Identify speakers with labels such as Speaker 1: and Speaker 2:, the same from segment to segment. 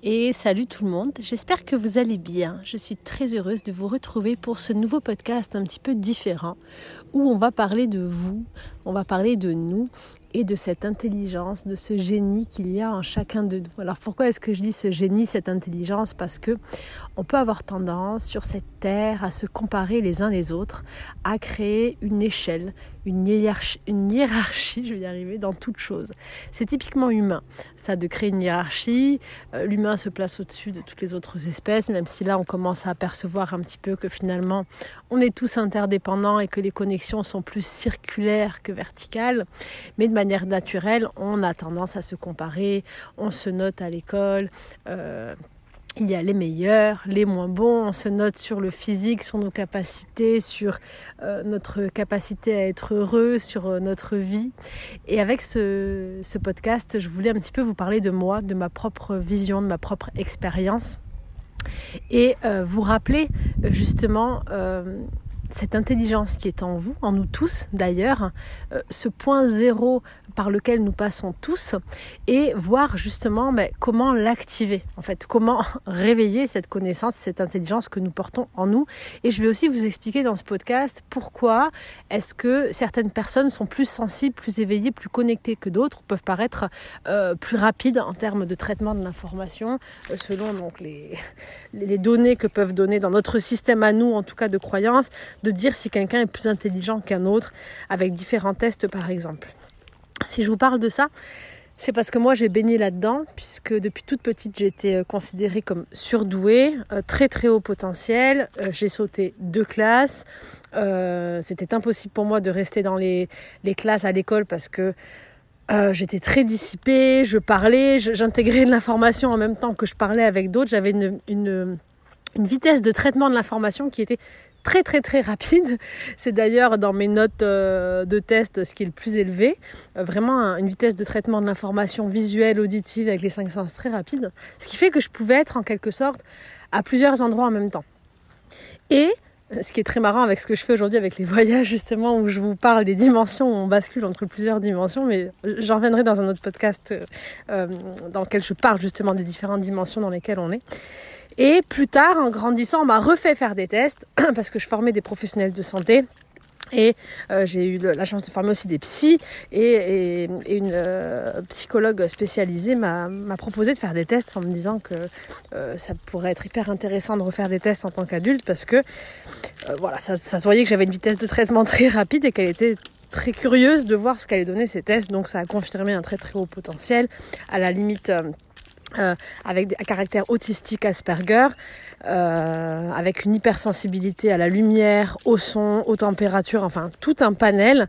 Speaker 1: Et salut tout le monde, j'espère que vous allez bien. Je suis très heureuse de vous retrouver pour ce nouveau podcast un petit peu différent où on va parler de vous, on va parler de nous et de cette intelligence, de ce génie qu'il y a en chacun de nous. Alors pourquoi est-ce que je dis ce génie, cette intelligence ? Parce que on peut avoir tendance sur cette terre à se comparer les uns les autres, à créer une échelle, une hiérarchie, je vais y arriver, dans toute chose. C'est typiquement humain, ça de créer une hiérarchie. L'humain se place au-dessus de toutes les autres espèces, même si là on commence à apercevoir un petit peu que finalement on est tous interdépendants et que les connexions sont plus circulaires que verticales. Mais de manière naturelle, on a tendance à se comparer, on se note à l'école. Il y a les meilleurs, les moins bons, on se note sur le physique, sur nos capacités, sur notre capacité à être heureux, sur notre vie. Et avec ce podcast, je voulais un petit peu vous parler de moi, de ma propre vision, de ma propre expérience. Et vous rappeler justement cette intelligence qui est en vous, en nous tous d'ailleurs, ce point zéro par lequel nous passons tous, et voir justement comment l'activer, en fait, comment réveiller cette connaissance, cette intelligence que nous portons en nous. Et je vais aussi vous expliquer dans ce podcast pourquoi est-ce que certaines personnes sont plus sensibles, plus éveillées, plus connectées que d'autres, peuvent paraître plus rapides en termes de traitement de l'information, selon donc les données que peuvent donner dans notre système à nous, en tout cas de croyance, de dire si quelqu'un est plus intelligent qu'un autre, avec différents tests par exemple. Si je vous parle de ça, c'est parce que moi j'ai baigné là-dedans, puisque depuis toute petite j'ai été considérée comme surdouée, très très haut potentiel. J'ai sauté 2 classes, c'était impossible pour moi de rester dans les classes à l'école parce que j'étais très dissipée, je parlais, j'intégrais de l'information en même temps que je parlais avec d'autres. J'avais une vitesse de traitement de l'information qui était très très très rapide. C'est d'ailleurs dans mes notes de test ce qui est le plus élevé. Vraiment une vitesse de traitement de l'information visuelle, auditive avec les 5 sens très rapide. Ce qui fait que je pouvais être en quelque sorte à plusieurs endroits en même temps. Et ce qui est très marrant avec ce que je fais aujourd'hui avec les voyages justement, où je vous parle des dimensions, où on bascule entre plusieurs dimensions, mais j'en reviendrai dans un autre podcast dans lequel je parle justement des différentes dimensions dans lesquelles on est. Et plus tard, en grandissant, on m'a refait faire des tests parce que je formais des professionnels de santé. Et j'ai eu la chance de former aussi des psys et une psychologue spécialisée m'a proposé de faire des tests en me disant que ça pourrait être hyper intéressant de refaire des tests en tant qu'adulte parce que ça se voyait que j'avais une vitesse de traitement très rapide et qu'elle était très curieuse de voir ce qu'allaient donner ces tests. Donc ça a confirmé un très très haut potentiel, à la limite avec un caractère autistique Asperger, avec une hypersensibilité à la lumière, au son, aux températures, enfin tout un panel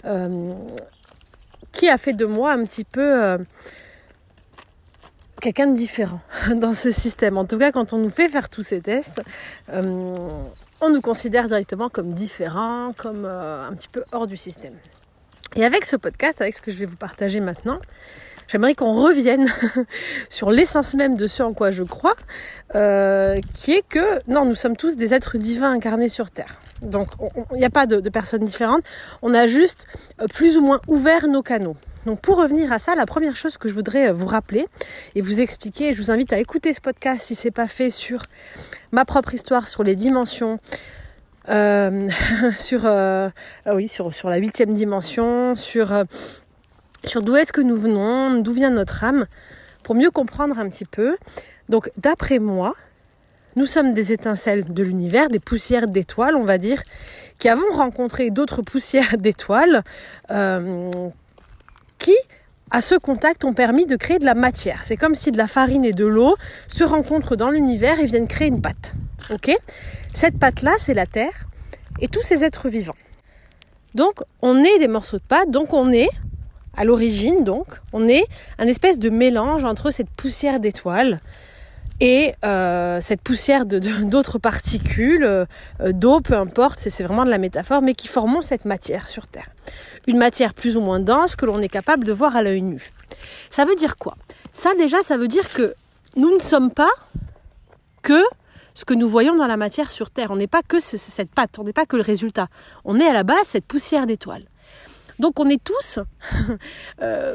Speaker 1: qui a fait de moi un petit peu quelqu'un de différent dans ce système. En tout cas, quand on nous fait faire tous ces tests, on nous considère directement comme différents, comme un petit peu hors du système. Et avec ce podcast, avec ce que je vais vous partager maintenant, j'aimerais qu'on revienne sur l'essence même de ce en quoi je crois, qui est que nous sommes tous des êtres divins incarnés sur Terre. Donc il n'y a pas de personnes différentes, on a juste plus ou moins ouvert nos canaux. Donc pour revenir à ça, la première chose que je voudrais vous rappeler et vous expliquer, et je vous invite à écouter ce podcast si ce n'est pas fait, sur ma propre histoire, sur les dimensions, sur la 8e dimension, sur d'où est-ce que nous venons, d'où vient notre âme, pour mieux comprendre un petit peu. Donc d'après moi, nous sommes des étincelles de l'univers, des poussières d'étoiles, on va dire, qui avons rencontré d'autres poussières d'étoiles qui, à ce contact, ont permis de créer de la matière. C'est comme si de la farine et de l'eau se rencontrent dans l'univers et viennent créer une pâte. Okay ? Cette pâte-là, c'est la Terre et tous ces êtres vivants. Donc, on est des morceaux de pâte, donc on est, à l'origine, on est un espèce de mélange entre cette poussière d'étoiles et cette poussière d'autres particules, d'eau, peu importe, c'est vraiment de la métaphore, mais qui formons cette matière sur Terre. Une matière plus ou moins dense que l'on est capable de voir à l'œil nu. Ça veut dire quoi ? Ça déjà, ça veut dire que nous ne sommes pas que ce que nous voyons dans la matière sur Terre. On n'est pas que cette pâte, on n'est pas que le résultat. On est à la base cette poussière d'étoiles. Donc on est tous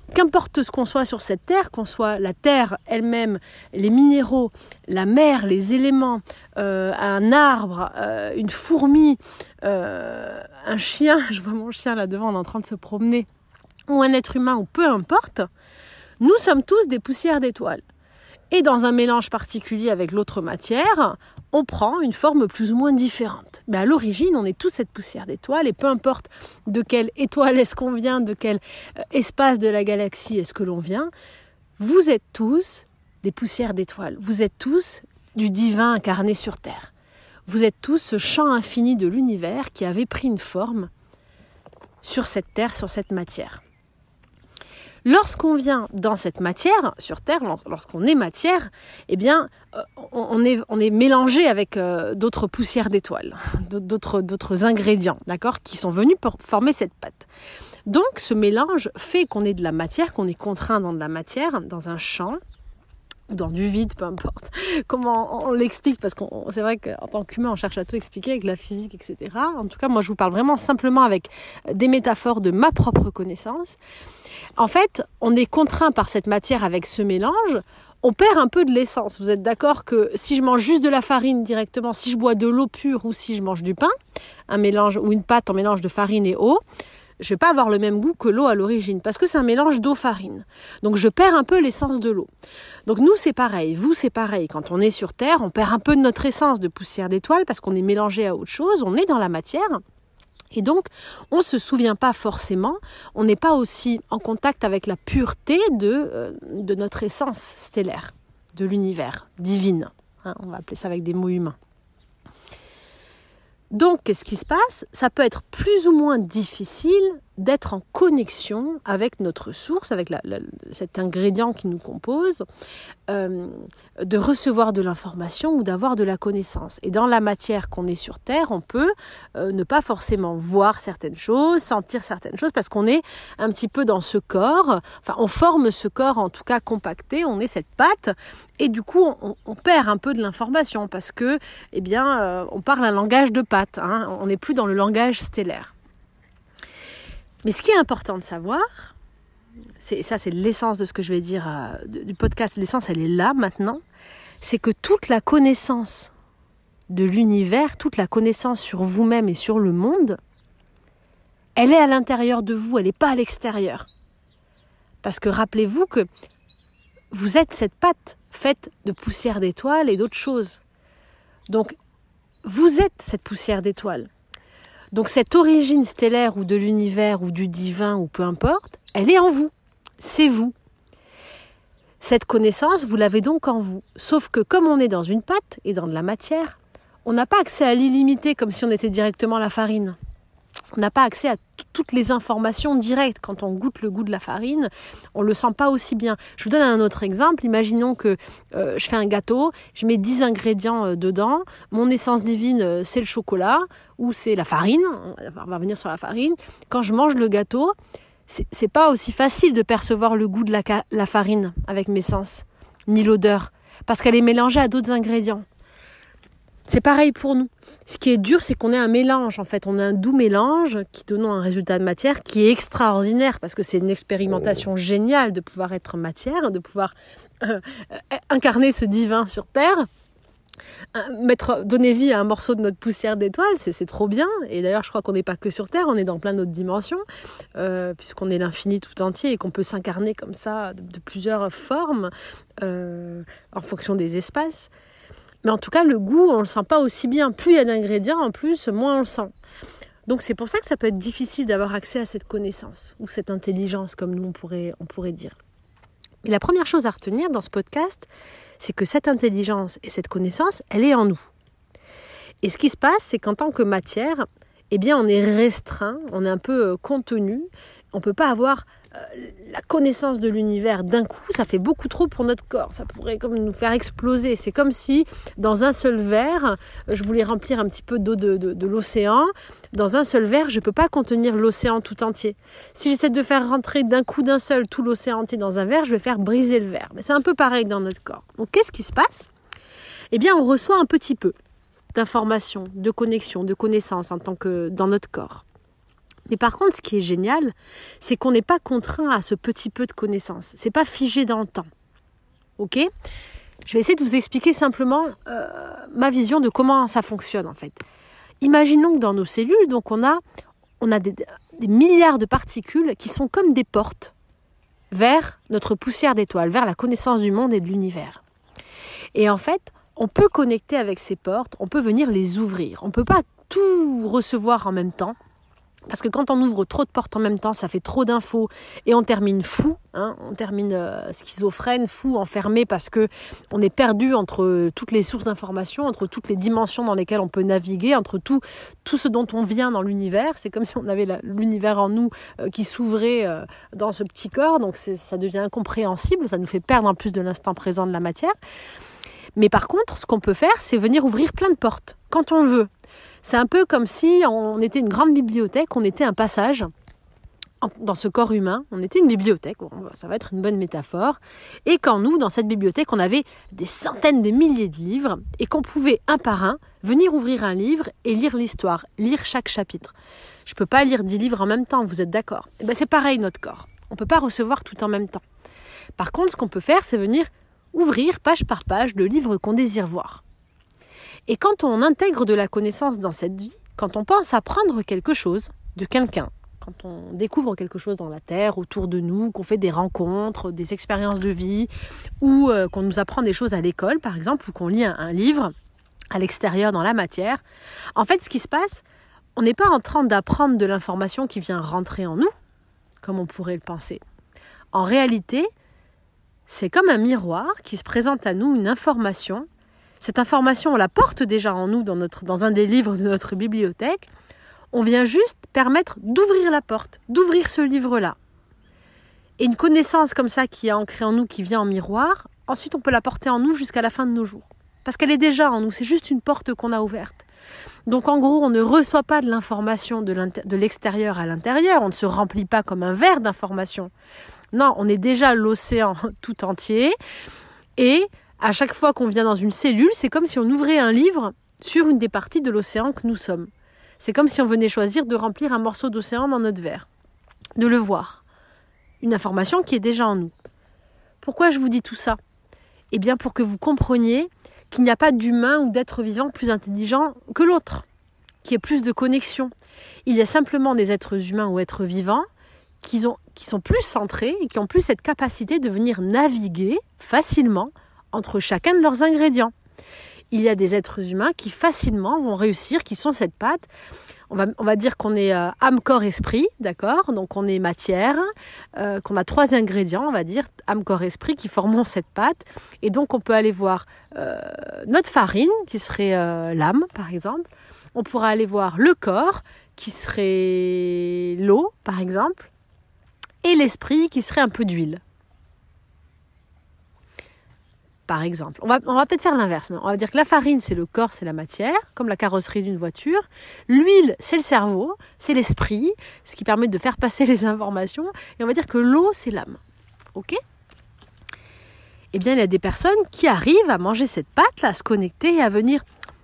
Speaker 1: qu'importe ce qu'on soit sur cette terre, qu'on soit la terre elle-même, les minéraux, la mer, les éléments, un arbre, une fourmi, un chien, je vois mon chien là devant, on est en train de se promener, ou un être humain, ou peu importe, nous sommes tous des poussières d'étoiles. Et dans un mélange particulier avec l'autre matière, on prend une forme plus ou moins différente. Mais à l'origine, on est tous cette poussière d'étoiles, et peu importe de quelle étoile est-ce qu'on vient, de quel espace de la galaxie est-ce que l'on vient, vous êtes tous des poussières d'étoiles. Vous êtes tous du divin incarné sur Terre. Vous êtes tous ce champ infini de l'univers qui avait pris une forme sur cette Terre, sur cette matière. Lorsqu'on vient dans cette matière, sur Terre, lorsqu'on est matière, eh bien, on est mélangé avec d'autres poussières d'étoiles, d'autres ingrédients, d'accord, qui sont venus pour former cette pâte. Donc, ce mélange fait qu'on est de la matière, qu'on est contraint dans de la matière, dans un champ, ou dans du vide, peu importe. Comment on l'explique, parce que c'est vrai qu'en tant qu'humain, on cherche à tout expliquer avec la physique, etc. En tout cas, moi, je vous parle vraiment simplement avec des métaphores de ma propre connaissance. En fait, on est contraint par cette matière avec ce mélange, on perd un peu de l'essence. Vous êtes d'accord que si je mange juste de la farine directement, si je bois de l'eau pure ou si je mange du pain, un mélange ou une pâte en mélange de farine et eau, je ne vais pas avoir le même goût que l'eau à l'origine, parce que c'est un mélange d'eau-farine. Donc je perds un peu l'essence de l'eau. Donc nous, c'est pareil, vous, c'est pareil. Quand on est sur Terre, on perd un peu de notre essence de poussière d'étoile, parce qu'on est mélangé à autre chose, on est dans la matière. Et donc, on ne se souvient pas forcément, on n'est pas aussi en contact avec la pureté de notre essence stellaire, de l'univers, divine. On va appeler ça avec des mots humains. Donc, qu'est-ce qui se passe ? Ça peut être plus ou moins difficile d'être en connexion avec notre source, avec cet ingrédient qui nous compose, de recevoir de l'information ou d'avoir de la connaissance. Et dans la matière qu'on est sur Terre, on peut ne pas forcément voir certaines choses, sentir certaines choses, parce qu'on est un petit peu dans ce corps, enfin on forme ce corps en tout cas compacté, on est cette pâte, et du coup on perd un peu de l'information, parce que on parle un langage de pâte, on n'est plus dans le langage stellaire. Mais ce qui est important de savoir, c'est l'essence de ce que je vais dire du podcast, l'essence elle est là maintenant, c'est que toute la connaissance de l'univers, toute la connaissance sur vous-même et sur le monde, elle est à l'intérieur de vous, elle n'est pas à l'extérieur. Parce que rappelez-vous que vous êtes cette pâte faite de poussière d'étoiles et d'autres choses. Donc, vous êtes cette poussière d'étoiles. Donc cette origine stellaire ou de l'univers ou du divin ou peu importe, elle est en vous, c'est vous. Cette connaissance, vous l'avez donc en vous. Sauf que comme on est dans une pâte et dans de la matière, on n'a pas accès à l'illimité comme si on était directement la farine. On n'a pas accès à toutes les informations directes. Quand on goûte le goût de la farine, on ne le sent pas aussi bien. Je vous donne un autre exemple. Imaginons que je fais un gâteau, je mets 10 ingrédients dedans. Mon essence divine, c'est le chocolat ou c'est la farine. On va venir sur la farine. Quand je mange le gâteau, c'est pas aussi facile de percevoir le goût de la farine avec mes sens, ni l'odeur, parce qu'elle est mélangée à d'autres ingrédients. C'est pareil pour nous. Ce qui est dur, c'est qu'on ait un mélange, en fait. On a un doux mélange qui donne un résultat de matière qui est extraordinaire, parce que c'est une expérimentation géniale de pouvoir être matière, de pouvoir incarner ce divin sur Terre, donner vie à un morceau de notre poussière d'étoile, c'est trop bien. Et d'ailleurs, je crois qu'on n'est pas que sur Terre, on est dans plein d'autres dimensions, puisqu'on est l'infini tout entier et qu'on peut s'incarner comme ça de plusieurs formes en fonction des espaces. Mais en tout cas, le goût, on ne le sent pas aussi bien. Plus il y a d'ingrédients, en plus, moins on le sent. Donc c'est pour ça que ça peut être difficile d'avoir accès à cette connaissance, ou cette intelligence, comme nous on pourrait dire. Et la première chose à retenir dans ce podcast, c'est que cette intelligence et cette connaissance, elle est en nous. Et ce qui se passe, c'est qu'en tant que matière, on est restreint, on est un peu contenu. On ne peut pas avoir la connaissance de l'univers d'un coup, ça fait beaucoup trop pour notre corps. Ça pourrait comme nous faire exploser. C'est comme si, dans un seul verre, je voulais remplir un petit peu d'eau de l'océan. Dans un seul verre, je ne peux pas contenir l'océan tout entier. Si j'essaie de faire rentrer d'un coup d'un seul tout l'océan entier dans un verre, je vais faire briser le verre. Mais c'est un peu pareil dans notre corps. Donc, qu'est-ce qui se passe ? On reçoit un petit peu d'informations, de connexions, de connaissances en tant que dans notre corps. Mais par contre, ce qui est génial, c'est qu'on n'est pas contraint à ce petit peu de connaissances. C'est pas figé dans le temps. Ok ? Je vais essayer de vous expliquer simplement ma vision de comment ça fonctionne en fait. Imaginons que dans nos cellules, donc on a des milliards de particules qui sont comme des portes vers notre poussière d'étoiles, vers la connaissance du monde et de l'univers. Et en fait, on peut connecter avec ces portes, on peut venir les ouvrir. On ne peut pas tout recevoir en même temps. Parce que quand on ouvre trop de portes en même temps, ça fait trop d'infos et on termine fou, on termine schizophrène, fou, enfermé parce qu'on est perdu entre toutes les sources d'informations, entre toutes les dimensions dans lesquelles on peut naviguer, entre tout ce dont on vient dans l'univers. C'est comme si on avait l'univers en nous qui s'ouvrait dans ce petit corps, donc ça devient incompréhensible, ça nous fait perdre en plus de l'instant présent de la matière. Mais par contre, ce qu'on peut faire, c'est venir ouvrir plein de portes, quand on veut. C'est un peu comme si on était une grande bibliothèque, on était un passage dans ce corps humain. On était une bibliothèque, ça va être une bonne métaphore. Et qu'en nous, dans cette bibliothèque, on avait des centaines, des milliers de livres et qu'on pouvait, un par un, venir ouvrir un livre et lire l'histoire, lire chaque chapitre. Je ne peux pas lire 10 livres en même temps, vous êtes d'accord ? Et bien c'est pareil notre corps. On ne peut pas recevoir tout en même temps. Par contre, ce qu'on peut faire, c'est venir ouvrir page par page le livre qu'on désire voir. Et quand on intègre de la connaissance dans cette vie, quand on pense apprendre quelque chose de quelqu'un, quand on découvre quelque chose dans la terre, autour de nous, qu'on fait des rencontres, des expériences de vie, ou qu'on nous apprend des choses à l'école, par exemple, ou qu'on lit un livre à l'extérieur dans la matière, en fait, ce qui se passe, on n'est pas en train d'apprendre de l'information qui vient rentrer en nous, comme on pourrait le penser. En réalité, c'est comme un miroir qui se présente à nous une information. Cette information, on la porte déjà en nous dans un des livres de notre bibliothèque. On vient juste permettre d'ouvrir la porte, d'ouvrir ce livre-là. Et une connaissance comme ça qui est ancrée en nous, qui vient en miroir, ensuite on peut la porter en nous jusqu'à la fin de nos jours. Parce qu'elle est déjà en nous, c'est juste une porte qu'on a ouverte. Donc en gros, on ne reçoit pas de l'information de l'extérieur à l'intérieur, on ne se remplit pas comme un verre d'informations. Non, on est déjà l'océan tout entier et à chaque fois qu'on vient dans une cellule, c'est comme si on ouvrait un livre sur une des parties de l'océan que nous sommes. C'est comme si on venait choisir de remplir un morceau d'océan dans notre verre, de le voir. Une information qui est déjà en nous. Pourquoi je vous dis tout ça ? Eh bien pour que vous compreniez qu'il n'y a pas d'humain ou d'être vivant plus intelligent que l'autre, qui ait plus de connexion. Il y a simplement des êtres humains ou êtres vivants qui sont plus centrés et qui ont plus cette capacité de venir naviguer facilement entre chacun de leurs ingrédients. Il y a des êtres humains qui facilement vont réussir, qui sont cette pâte. On va dire qu'on est âme, corps, esprit, d'accord ? Donc on est matière, qu'on a 3 ingrédients, on va dire, âme, corps, esprit, qui forment cette pâte. Et donc on peut aller voir notre farine, qui serait l'âme, par exemple. On pourra aller voir le corps, qui serait l'eau, par exemple. Et l'esprit, qui serait un peu d'huile. Par exemple. On va peut-être faire l'inverse. On va dire que la farine, c'est le corps, c'est la matière, comme la carrosserie d'une voiture. L'huile, c'est le cerveau, c'est l'esprit, ce qui permet de faire passer les informations. Et on va dire que l'eau, c'est l'âme. Ok ? Eh bien, il y a des personnes qui arrivent à manger cette pâte-là, à se connecter et à venir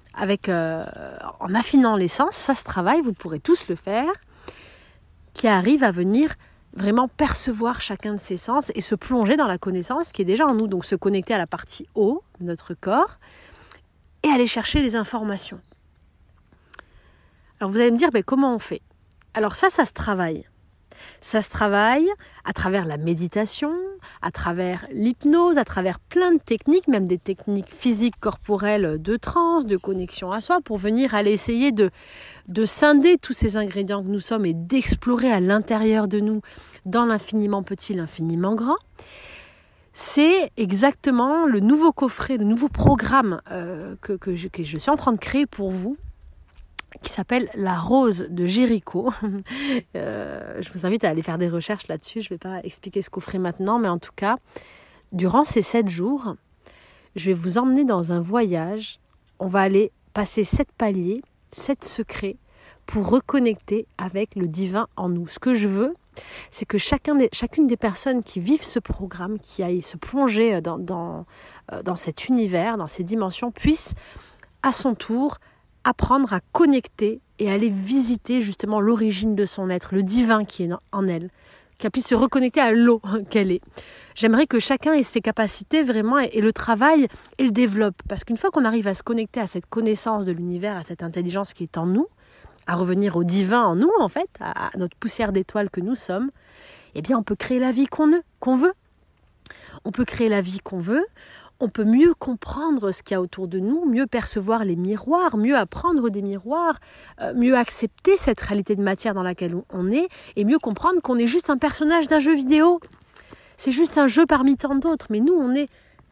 Speaker 1: en affinant les sens. Ça se travaille, vous pourrez tous le faire. Qui arrivent à venir vraiment percevoir chacun de ses sens et se plonger dans la connaissance qui est déjà en nous. Donc se connecter à la partie haut de notre corps et aller chercher les informations. Alors vous allez me dire, comment on fait ? Alors ça se travaille. Ça se travaille à travers la méditation, à travers l'hypnose, à travers plein de techniques, même des techniques physiques, corporelles, de transe, de connexion à soi, pour venir aller essayer de scinder tous ces ingrédients que nous sommes et d'explorer à l'intérieur de nous, dans l'infiniment petit, l'infiniment grand. C'est exactement le nouveau coffret, le nouveau programme que je suis en train de créer pour vous, qui s'appelle La Rose de Jéricho. Je vous invite à aller faire des recherches là-dessus. Je ne vais pas expliquer ce coffret maintenant, mais en tout cas, durant ces 7 jours, je vais vous emmener dans un voyage. On va aller passer 7 paliers, 7 secrets pour reconnecter avec le divin en nous. Ce que je veux, c'est que chacune des personnes qui vivent ce programme, qui aillent se plonger dans cet univers, dans ces dimensions, puisse à son tour apprendre à connecter et aller visiter justement l'origine de son être, le divin qui est en elle, qu'elle puisse se reconnecter à l'eau qu'elle est. J'aimerais que chacun ait ses capacités vraiment et le travaille et le développe. Parce qu'une fois qu'on arrive à se connecter à cette connaissance de l'univers, à cette intelligence qui est en nous, à revenir au divin en nous en fait, à notre poussière d'étoiles que nous sommes, eh bien on peut créer la vie qu'on veut. On peut créer la vie qu'on veut. On peut mieux comprendre ce qu'il y a autour de nous, mieux percevoir les miroirs, mieux apprendre des miroirs, mieux accepter cette réalité de matière dans laquelle on est et mieux comprendre qu'on est juste un personnage d'un jeu vidéo. C'est juste un jeu parmi tant d'autres, mais nous, on est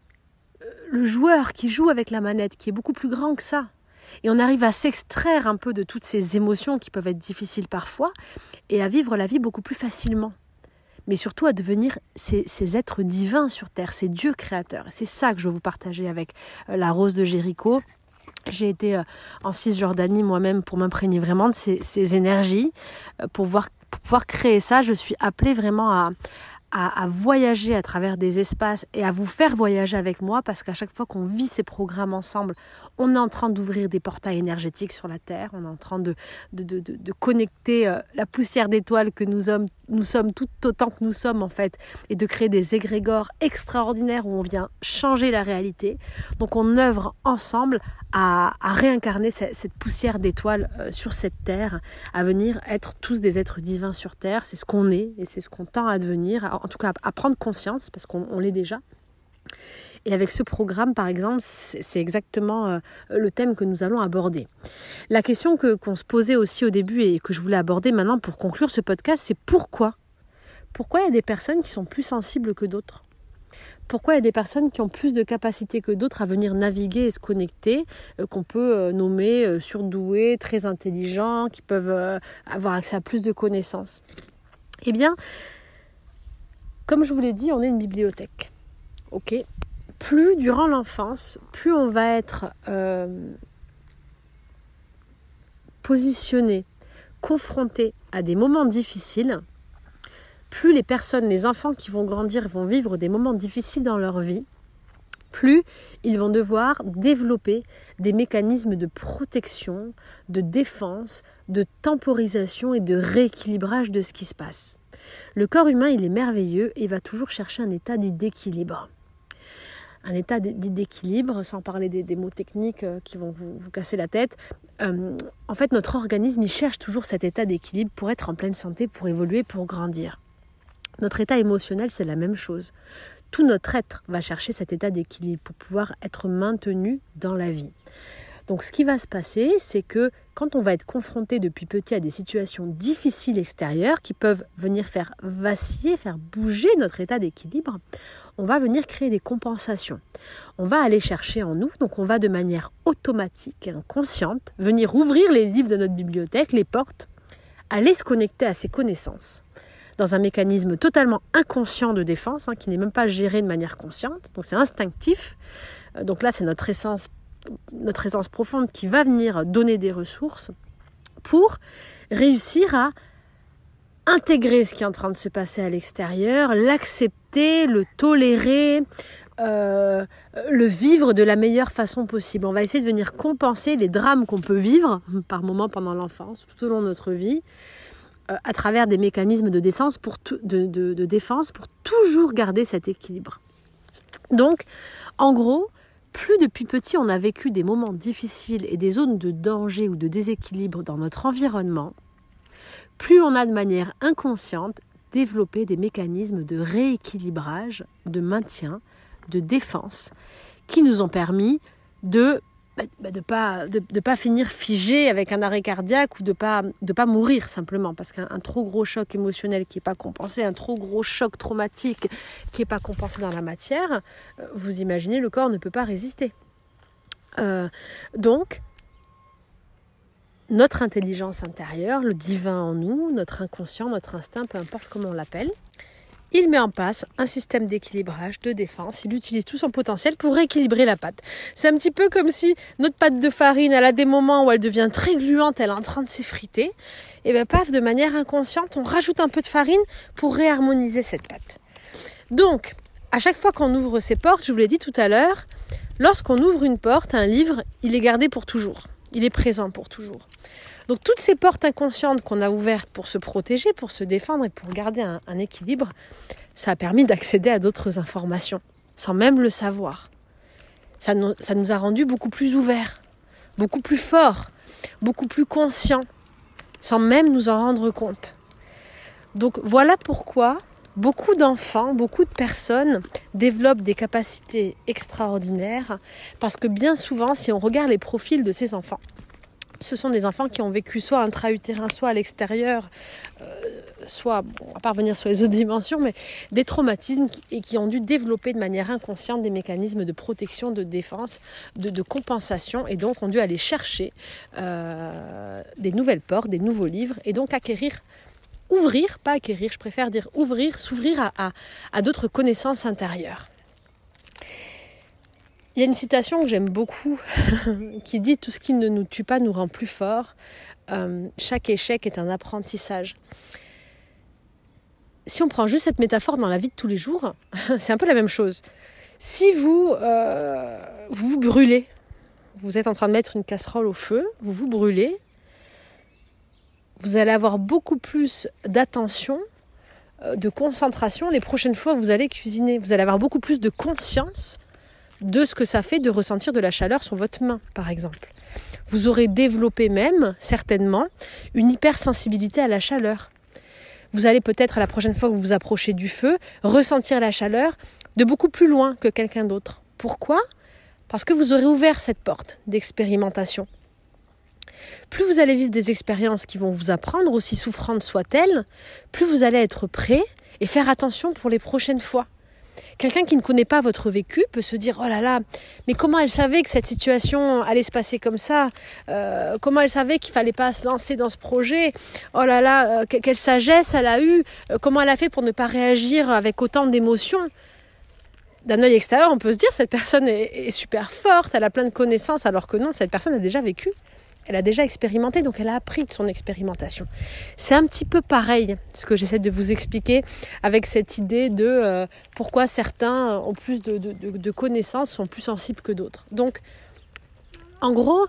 Speaker 1: le joueur qui joue avec la manette, qui est beaucoup plus grand que ça. Et on arrive à s'extraire un peu de toutes ces émotions qui peuvent être difficiles parfois et à vivre la vie beaucoup plus facilement. Mais surtout à devenir ces êtres divins sur Terre, ces dieux créateurs. Et c'est ça que je veux vous partager avec la Rose de Jéricho. J'ai été en Cisjordanie moi-même pour m'imprégner vraiment de ces énergies. Pour pouvoir créer ça, je suis appelée vraiment à voyager à travers des espaces et à vous faire voyager avec moi, parce qu'à chaque fois qu'on vit ces programmes ensemble, on est en train d'ouvrir des portails énergétiques sur la Terre, on est en train de connecter la poussière d'étoiles que nous sommes tout autant que nous sommes en fait, et de créer des égrégores extraordinaires où on vient changer la réalité. Donc on œuvre ensemble à réincarner cette poussière d'étoiles sur cette Terre, à venir être tous des êtres divins sur Terre. C'est ce qu'on est et c'est ce qu'on tend à devenir, en tout cas à prendre conscience, parce qu'on l'est déjà. Et avec ce programme, par exemple, c'est exactement le thème que nous allons aborder. La question qu'on se posait aussi au début et que je voulais aborder maintenant pour conclure ce podcast, c'est pourquoi ? Pourquoi il y a des personnes qui sont plus sensibles que d'autres ? Pourquoi il y a des personnes qui ont plus de capacité que d'autres à venir naviguer et se connecter, qu'on peut nommer surdoués, très intelligents, qui peuvent avoir accès à plus de connaissances ? Eh bien, comme je vous l'ai dit, on est une bibliothèque. Ok ? Plus durant l'enfance, plus on va être positionné, confronté à des moments difficiles, plus les enfants qui vont grandir vont vivre des moments difficiles dans leur vie, plus ils vont devoir développer des mécanismes de protection, de défense, de temporisation et de rééquilibrage de ce qui se passe. Le corps humain, il est merveilleux et il va toujours chercher un état d'équilibre. Un état d'équilibre, sans parler des mots techniques qui vont vous casser la tête. En fait, notre organisme, il cherche toujours cet état d'équilibre pour être en pleine santé, pour évoluer, pour grandir. Notre état émotionnel, c'est la même chose. Tout notre être va chercher cet état d'équilibre pour pouvoir être maintenu dans la vie. Donc ce qui va se passer, c'est que quand on va être confronté depuis petit à des situations difficiles extérieures qui peuvent venir faire vaciller, faire bouger notre état d'équilibre, on va venir créer des compensations. On va aller chercher en nous, donc on va de manière automatique et inconsciente venir ouvrir les livres de notre bibliothèque, les portes, aller se connecter à ces connaissances dans un mécanisme totalement inconscient de défense, qui n'est même pas géré de manière consciente, donc c'est instinctif. Donc là, c'est notre essence profonde qui va venir donner des ressources pour réussir à intégrer ce qui est en train de se passer à l'extérieur, l'accepter, le tolérer, le vivre de la meilleure façon possible. On va essayer de venir compenser les drames qu'on peut vivre par moments pendant l'enfance, tout au long de notre vie, à travers des mécanismes de défense pour toujours garder cet équilibre. Donc, en gros, plus depuis petit on a vécu des moments difficiles et des zones de danger ou de déséquilibre dans notre environnement, plus on a de manière inconsciente développé des mécanismes de rééquilibrage, de maintien, de défense qui nous ont permis de pas finir figé avec un arrêt cardiaque ou de pas mourir simplement, parce qu'un trop gros choc émotionnel qui n'est pas compensé, un trop gros choc traumatique qui n'est pas compensé dans la matière, vous imaginez, le corps ne peut pas résister. Donc, notre intelligence intérieure, le divin en nous, notre inconscient, notre instinct, peu importe comment on l'appelle, il met en place un système d'équilibrage, de défense. Il utilise tout son potentiel pour rééquilibrer la pâte. C'est un petit peu comme si notre pâte de farine, elle a des moments où elle devient très gluante, elle est en train de s'effriter. Et bien paf, de manière inconsciente, on rajoute un peu de farine pour réharmoniser cette pâte. Donc, à chaque fois qu'on ouvre ces portes, je vous l'ai dit tout à l'heure, lorsqu'on ouvre une porte, un livre, il est gardé pour toujours. Il est présent pour toujours. Donc toutes ces portes inconscientes qu'on a ouvertes pour se protéger, pour se défendre et pour garder un équilibre, ça a permis d'accéder à d'autres informations, sans même le savoir. Ça nous a rendus beaucoup plus ouverts, beaucoup plus forts, beaucoup plus conscients, sans même nous en rendre compte. Donc voilà pourquoi beaucoup d'enfants, beaucoup de personnes développent des capacités extraordinaires, parce que bien souvent, si on regarde les profils de ces enfants, ce sont des enfants qui ont vécu soit intra-utérin, soit à l'extérieur, soit, on va pas revenir sur les autres dimensions, mais des traumatismes et qui ont dû développer de manière inconsciente des mécanismes de protection, de défense, de compensation, et donc ont dû aller chercher des nouvelles portes, des nouveaux livres, et donc ouvrir, pas acquérir, je préfère dire ouvrir, s'ouvrir à d'autres connaissances intérieures. Il y a une citation que j'aime beaucoup qui dit « Tout ce qui ne nous tue pas nous rend plus forts. Chaque échec est un apprentissage. » Si on prend juste cette métaphore dans la vie de tous les jours, c'est un peu la même chose. Si vous vous brûlez, vous êtes en train de mettre une casserole au feu, vous vous brûlez, vous allez avoir beaucoup plus d'attention, de concentration les prochaines fois que vous allez cuisiner. Vous allez avoir beaucoup plus de conscience de ce que ça fait de ressentir de la chaleur sur votre main, par exemple. Vous aurez développé même, certainement, une hypersensibilité à la chaleur. Vous allez peut-être, à la prochaine fois que vous vous approchez du feu, ressentir la chaleur de beaucoup plus loin que quelqu'un d'autre. Pourquoi ? Parce que vous aurez ouvert cette porte d'expérimentation. Plus vous allez vivre des expériences qui vont vous apprendre, aussi souffrantes soient-elles, plus vous allez être prêt et faire attention pour les prochaines fois. Quelqu'un qui ne connaît pas votre vécu peut se dire « Oh là là, mais comment elle savait que cette situation allait se passer comme ça ? Comment elle savait qu'il ne fallait pas se lancer dans ce projet ? Oh là là, quelle sagesse elle a eue ? Comment elle a fait pour ne pas réagir avec autant d'émotions ?» D'un œil extérieur, on peut se dire « Cette personne est super forte, elle a plein de connaissances », alors que non, cette personne a déjà vécu. Elle a déjà expérimenté, donc elle a appris de son expérimentation. C'est un petit peu pareil, ce que j'essaie de vous expliquer avec cette idée de pourquoi certains ont plus de connaissances, sont plus sensibles que d'autres. Donc, en gros,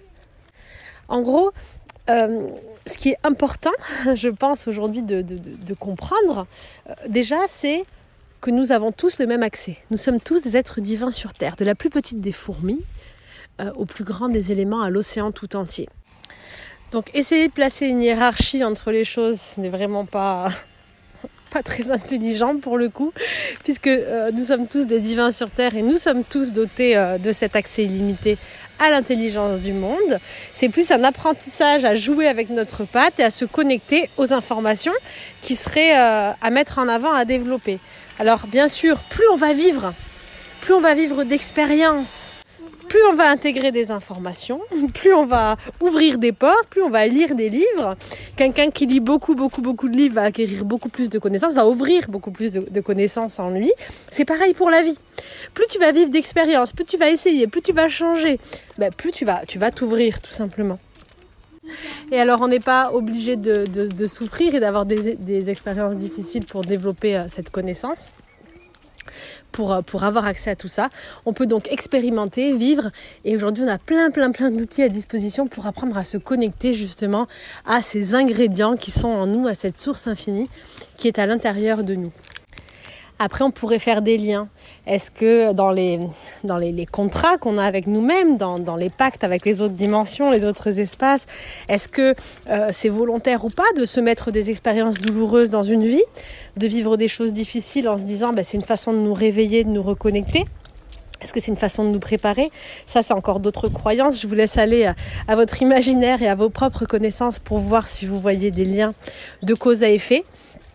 Speaker 1: ce qui est important, je pense aujourd'hui de comprendre, déjà, c'est que nous avons tous le même accès. Nous sommes tous des êtres divins sur Terre, de la plus petite des fourmis au plus grand des éléments, à l'océan tout entier. Donc essayer de placer une hiérarchie entre les choses, ce n'est vraiment pas très intelligent pour le coup, puisque nous sommes tous des divins sur Terre et nous sommes tous dotés de cet accès illimité à l'intelligence du monde. C'est plus un apprentissage à jouer avec notre patte et à se connecter aux informations qui seraient à mettre en avant, à développer. Alors bien sûr, plus on va vivre d'expériences, plus on va intégrer des informations, plus on va ouvrir des portes, plus on va lire des livres. Quelqu'un qui lit beaucoup de livres va acquérir beaucoup plus de connaissances, va ouvrir beaucoup plus de connaissances en lui. C'est pareil pour la vie. Plus tu vas vivre d'expériences, plus tu vas essayer, plus tu vas changer, plus tu vas t'ouvrir tout simplement. Et alors on n'est pas obligé de souffrir et d'avoir des expériences difficiles pour développer cette connaissance. Pour avoir accès à tout ça, on peut donc expérimenter, vivre, et aujourd'hui on a plein d'outils à disposition pour apprendre à se connecter justement à ces ingrédients qui sont en nous, à cette source infinie qui est à l'intérieur de nous. Après, on pourrait faire des liens. Est-ce que dans les contrats qu'on a avec nous-mêmes, dans les pactes avec les autres dimensions, les autres espaces, est-ce que c'est volontaire ou pas de se mettre des expériences douloureuses dans une vie, de vivre des choses difficiles en se disant c'est une façon de nous réveiller, de nous reconnecter ? Est-ce que c'est une façon de nous préparer ? Ça, c'est encore d'autres croyances. Je vous laisse aller à votre imaginaire et à vos propres connaissances pour voir si vous voyez des liens de cause à effet.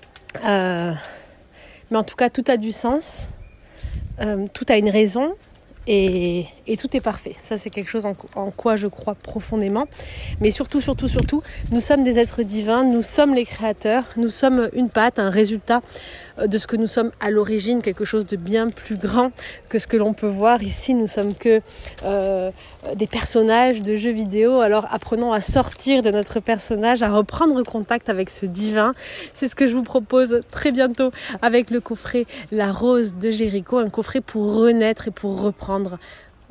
Speaker 1: Mais en tout cas, tout a du sens, tout a une raison et tout est parfait. Ça, c'est quelque chose en quoi je crois profondément. Mais surtout, nous sommes des êtres divins, nous sommes les créateurs, nous sommes une patte, un résultat de ce que nous sommes à l'origine, quelque chose de bien plus grand que ce que l'on peut voir ici. Nous sommes que des personnages de jeux vidéo, alors apprenons à sortir de notre personnage, à reprendre contact avec ce divin. C'est ce que je vous propose très bientôt avec le coffret La Rose de Jéricho, un coffret pour renaître et pour reprendre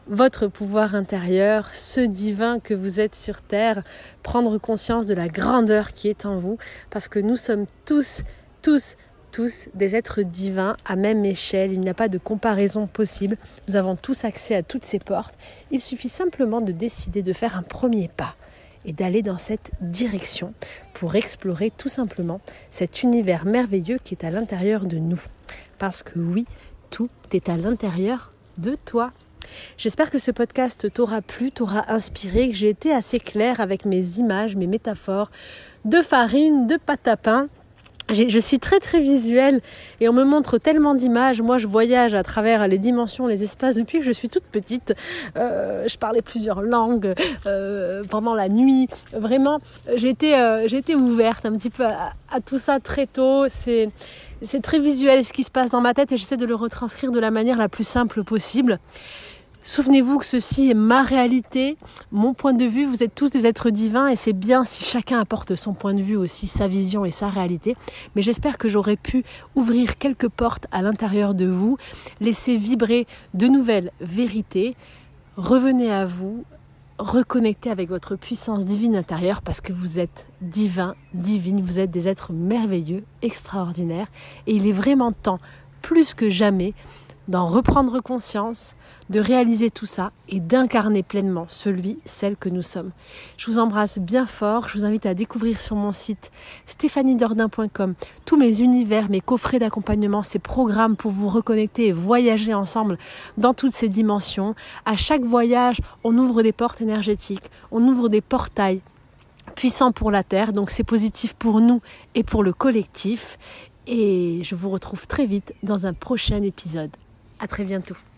Speaker 1: votre pouvoir intérieur, ce divin que vous êtes sur Terre, prendre conscience de la grandeur qui est en vous, parce que nous sommes tous des êtres divins à même échelle, il n'y a pas de comparaison possible, nous avons tous accès à toutes ces portes, il suffit simplement de décider de faire un premier pas et d'aller dans cette direction pour explorer tout simplement cet univers merveilleux qui est à l'intérieur de nous. Parce que oui, tout est à l'intérieur de toi. J'espère que ce podcast t'aura plu, t'aura inspiré, que j'ai été assez claire avec mes images, mes métaphores de farine, de pâte à pain. Je suis très visuelle et on me montre tellement d'images. Moi, je voyage à travers les dimensions, les espaces. Depuis que je suis toute petite, je parlais plusieurs langues pendant la nuit. Vraiment, j'ai été ouverte un petit peu à tout ça très tôt. C'est très visuel ce qui se passe dans ma tête et j'essaie de le retranscrire de la manière la plus simple possible. Souvenez-vous que ceci est ma réalité, mon point de vue, vous êtes tous des êtres divins et c'est bien si chacun apporte son point de vue aussi, sa vision et sa réalité. Mais j'espère que j'aurai pu ouvrir quelques portes à l'intérieur de vous, laisser vibrer de nouvelles vérités. Revenez à vous, reconnectez avec votre puissance divine intérieure parce que vous êtes divin, divine, vous êtes des êtres merveilleux, extraordinaires et il est vraiment temps, plus que jamais, d'en reprendre conscience, de réaliser tout ça et d'incarner pleinement celle que nous sommes. Je vous embrasse bien fort, je vous invite à découvrir sur mon site stéphaniedordain.com tous mes univers, mes coffrets d'accompagnement, ces programmes pour vous reconnecter et voyager ensemble dans toutes ces dimensions. À chaque voyage, on ouvre des portes énergétiques, on ouvre des portails puissants pour la Terre, donc c'est positif pour nous et pour le collectif. Et je vous retrouve très vite dans un prochain épisode. À très bientôt.